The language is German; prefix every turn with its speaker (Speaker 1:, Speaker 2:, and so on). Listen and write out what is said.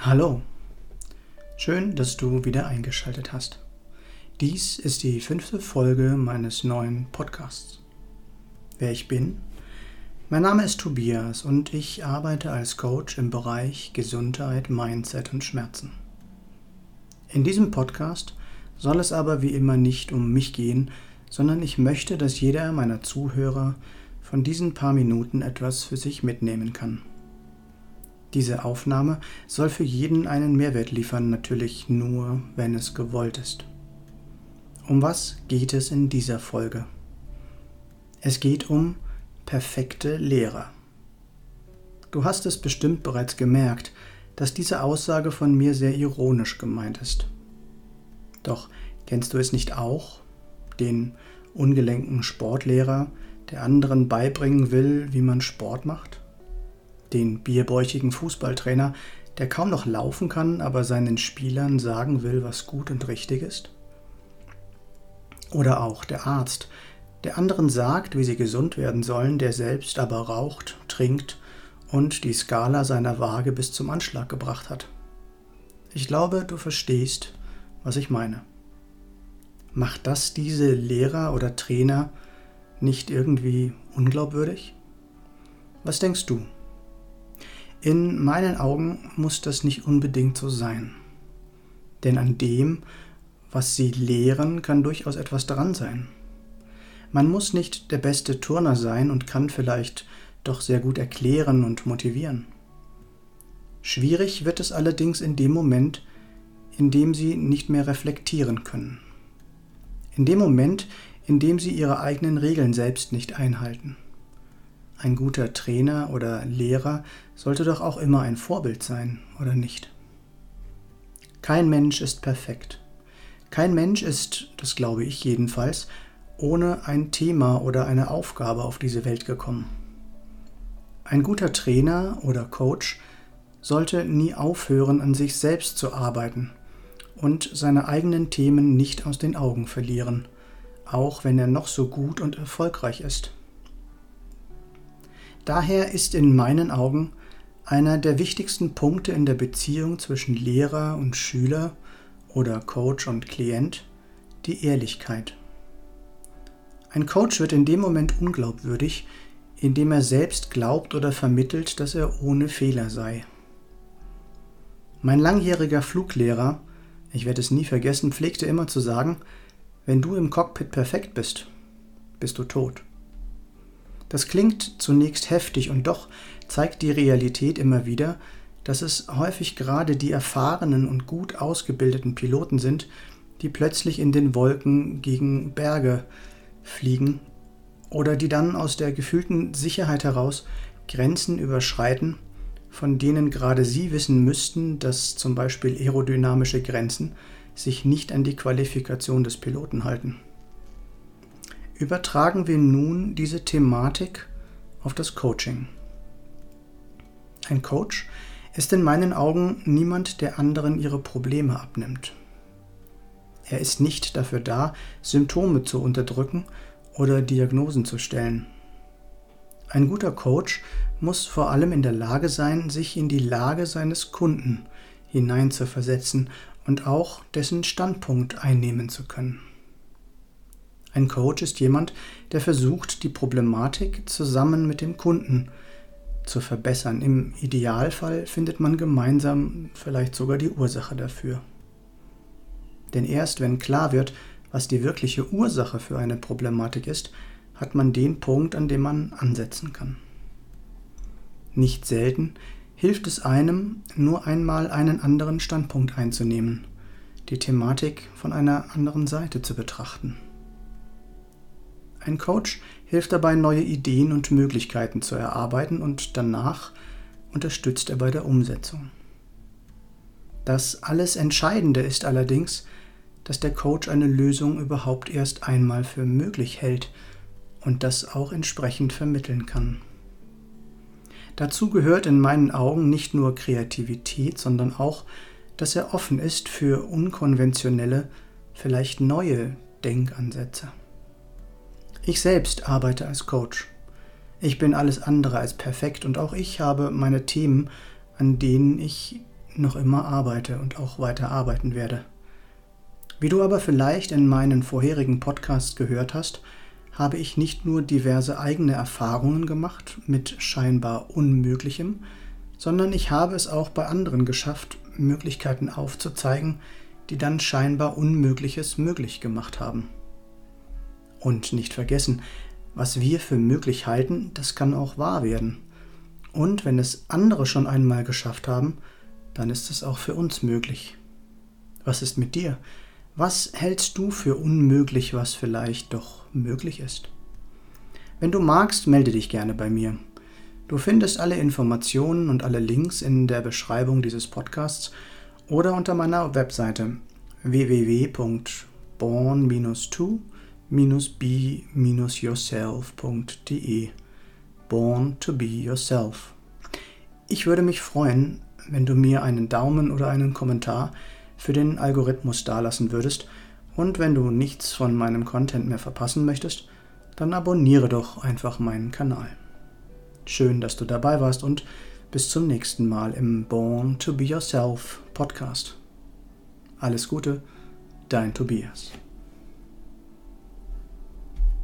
Speaker 1: Hallo, schön, dass du wieder eingeschaltet hast. Dies ist die 5. Folge meines neuen Podcasts. Wer ich bin? Mein Name ist Tobias und ich arbeite als Coach im Bereich Gesundheit, Mindset und Schmerzen. In diesem Podcast soll es aber wie immer nicht um mich gehen, sondern ich möchte, dass jeder meiner Zuhörer von diesen paar Minuten etwas für sich mitnehmen kann. Diese Aufnahme soll für jeden einen Mehrwert liefern, natürlich nur, wenn es gewollt ist. Um was geht es in dieser Folge? Es geht um perfekte Lehrer. Du hast es bestimmt bereits gemerkt, dass diese Aussage von mir sehr ironisch gemeint ist. Doch kennst du es nicht auch, den ungelenken Sportlehrer, der anderen beibringen will, wie man Sport macht? Den bierbäuchigen Fußballtrainer, der kaum noch laufen kann, aber seinen Spielern sagen will, was gut und richtig ist? Oder auch der Arzt, der anderen sagt, wie sie gesund werden sollen, der selbst aber raucht, trinkt und die Skala seiner Waage bis zum Anschlag gebracht hat. Ich glaube, du verstehst, was ich meine. Macht das diese Lehrer oder Trainer nicht irgendwie unglaubwürdig? Was denkst du? In meinen Augen muss das nicht unbedingt so sein. Denn an dem, was sie lehren, kann durchaus etwas dran sein. Man muss nicht der beste Turner sein und kann vielleicht doch sehr gut erklären und motivieren. Schwierig wird es allerdings in dem Moment, in dem sie nicht mehr reflektieren können. In dem Moment, in dem sie ihre eigenen Regeln selbst nicht einhalten. Ein guter Trainer oder Lehrer sollte doch auch immer ein Vorbild sein, oder nicht? Kein Mensch ist perfekt. Kein Mensch ist, das glaube ich jedenfalls, ohne ein Thema oder eine Aufgabe auf diese Welt gekommen. Ein guter Trainer oder Coach sollte nie aufhören, an sich selbst zu arbeiten und seine eigenen Themen nicht aus den Augen verlieren, auch wenn er noch so gut und erfolgreich ist. Daher ist in meinen Augen einer der wichtigsten Punkte in der Beziehung zwischen Lehrer und Schüler oder Coach und Klient die Ehrlichkeit. Ein Coach wird in dem Moment unglaubwürdig, indem er selbst glaubt oder vermittelt, dass er ohne Fehler sei. Mein langjähriger Fluglehrer, ich werde es nie vergessen, pflegte immer zu sagen, wenn du im Cockpit perfekt bist, bist du tot. Das klingt zunächst heftig und doch zeigt die Realität immer wieder, dass es häufig gerade die erfahrenen und gut ausgebildeten Piloten sind, die plötzlich in den Wolken gegen Berge fliegen oder die dann aus der gefühlten Sicherheit heraus Grenzen überschreiten, von denen gerade sie wissen müssten, dass zum Beispiel aerodynamische Grenzen sich nicht an die Qualifikation des Piloten halten. Übertragen wir nun diese Thematik auf das Coaching. Ein Coach ist in meinen Augen niemand, der anderen ihre Probleme abnimmt. Er ist nicht dafür da, Symptome zu unterdrücken oder Diagnosen zu stellen. Ein guter Coach muss vor allem in der Lage sein, sich in die Lage seines Kunden hineinzuversetzen und auch dessen Standpunkt einnehmen zu können. Ein Coach ist jemand, der versucht, die Problematik zusammen mit dem Kunden zu verbessern. Im Idealfall findet man gemeinsam vielleicht sogar die Ursache dafür. Denn erst wenn klar wird, was die wirkliche Ursache für eine Problematik ist, hat man den Punkt, an dem man ansetzen kann. Nicht selten hilft es einem, nur einmal einen anderen Standpunkt einzunehmen, die Thematik von einer anderen Seite zu betrachten. Ein Coach hilft dabei, neue Ideen und Möglichkeiten zu erarbeiten und danach unterstützt er bei der Umsetzung. Das alles Entscheidende ist allerdings, dass der Coach eine Lösung überhaupt erst einmal für möglich hält und das auch entsprechend vermitteln kann. Dazu gehört in meinen Augen nicht nur Kreativität, sondern auch, dass er offen ist für unkonventionelle, vielleicht neue Denkansätze. Ich selbst arbeite als Coach. Ich bin alles andere als perfekt und auch ich habe meine Themen, an denen ich noch immer arbeite und auch weiter arbeiten werde. Wie du aber vielleicht in meinen vorherigen Podcasts gehört hast, habe ich nicht nur diverse eigene Erfahrungen gemacht mit scheinbar Unmöglichem, sondern ich habe es auch bei anderen geschafft, Möglichkeiten aufzuzeigen, die dann scheinbar Unmögliches möglich gemacht haben. Und nicht vergessen, was wir für möglich halten, das kann auch wahr werden. Und wenn es andere schon einmal geschafft haben, dann ist es auch für uns möglich. Was ist mit dir? Was hältst du für unmöglich, was vielleicht doch möglich ist? Wenn du magst, melde dich gerne bei mir. Du findest alle Informationen und alle Links in der Beschreibung dieses Podcasts oder unter meiner Webseite www.born-to-be-yourself.de. Born to be yourself. Ich würde mich freuen, wenn du mir einen Daumen oder einen Kommentar für den Algorithmus dalassen würdest, und wenn du nichts von meinem Content mehr verpassen möchtest, dann abonniere doch einfach meinen Kanal. Schön, dass du dabei warst und bis zum nächsten Mal im Born to be Yourself Podcast. Alles Gute, dein Tobias.